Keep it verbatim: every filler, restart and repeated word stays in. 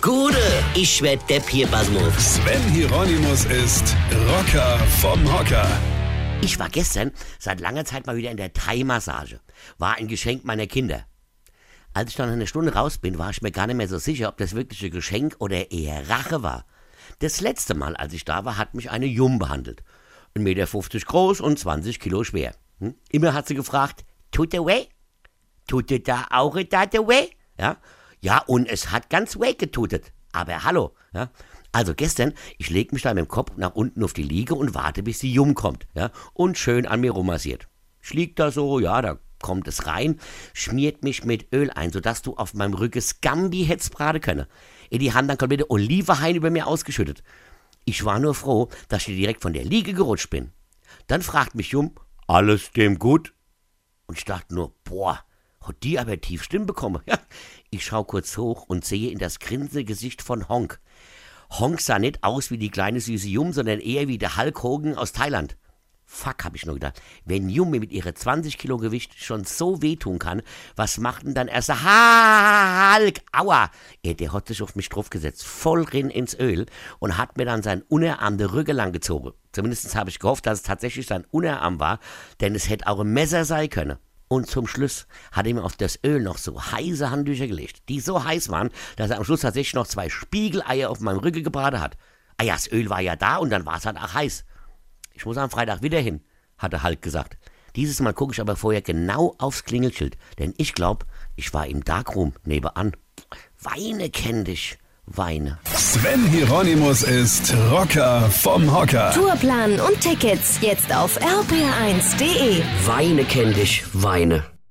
Gude, ich werd Depp hier, Basmus. Sven Hieronymus ist Rocker vom Hocker. Ich war gestern seit langer Zeit mal wieder in der Thai-Massage. War ein Geschenk meiner Kinder. Als ich dann eine Stunde raus bin, war ich mir gar nicht mehr so sicher, ob das wirklich ein Geschenk oder eher Rache war. Das letzte Mal, als ich da war, hat mich eine Jung behandelt. ein Meter fünfzig groß und zwanzig Kilo schwer. Hm? Immer hat sie gefragt, tut der weh? Tut der da auch da der weh? Ja? Ja, und es hat ganz weh getutet. Aber hallo. Ja? Also gestern, ich leg mich da mit dem Kopf nach unten auf die Liege und warte, bis die Jung kommt. Ja? Und schön an mir rummassiert. Ich lieg da so, ja, da kommt es rein, schmiert mich mit Öl ein, sodass du auf meinem Rücken Scambi hättest braten können. In die Hand dann komplette Olivenhain über mir ausgeschüttet. Ich war nur froh, dass ich direkt von der Liege gerutscht bin. Dann fragt mich Jung, alles dem gut? Und ich dachte nur, boah, hat die aber tief Stimmen bekommen. Ja. Ich schau kurz hoch und sehe in das grinsende Gesicht von Honk. Honk sah nicht aus wie die kleine süße Jung, sondern eher wie der Hulk Hogan aus Thailand. Fuck, hab ich nur gedacht. Wenn Junge mit ihrer zwanzig Kilo Gewicht schon so wehtun kann, was macht denn dann erst der Hulk? Aua! Ja, der hat sich auf mich draufgesetzt, voll rein ins Öl und hat mir dann seinen Unterarm der Rücken lang gezogen. Zumindest habe ich gehofft, dass es tatsächlich sein Unterarm war, denn es hätte auch ein Messer sein können. Und zum Schluss hat er mir auf das Öl noch so heiße Handtücher gelegt, die so heiß waren, dass er am Schluss tatsächlich noch zwei Spiegeleier auf meinem Rücken gebraten hat. Ah ja, das Öl war ja da und dann war es halt auch heiß. Ich muss am Freitag wieder hin, hatte Hulk gesagt. Dieses Mal gucke ich aber vorher genau aufs Klingelschild, denn ich glaube, ich war im Darkroom nebenan. Weine kenn dich, Weine. Sven Hieronymus ist Rocker vom Hocker. Tourplan und Tickets jetzt auf r p r eins punkt d e. Weine kenn dich, Weine.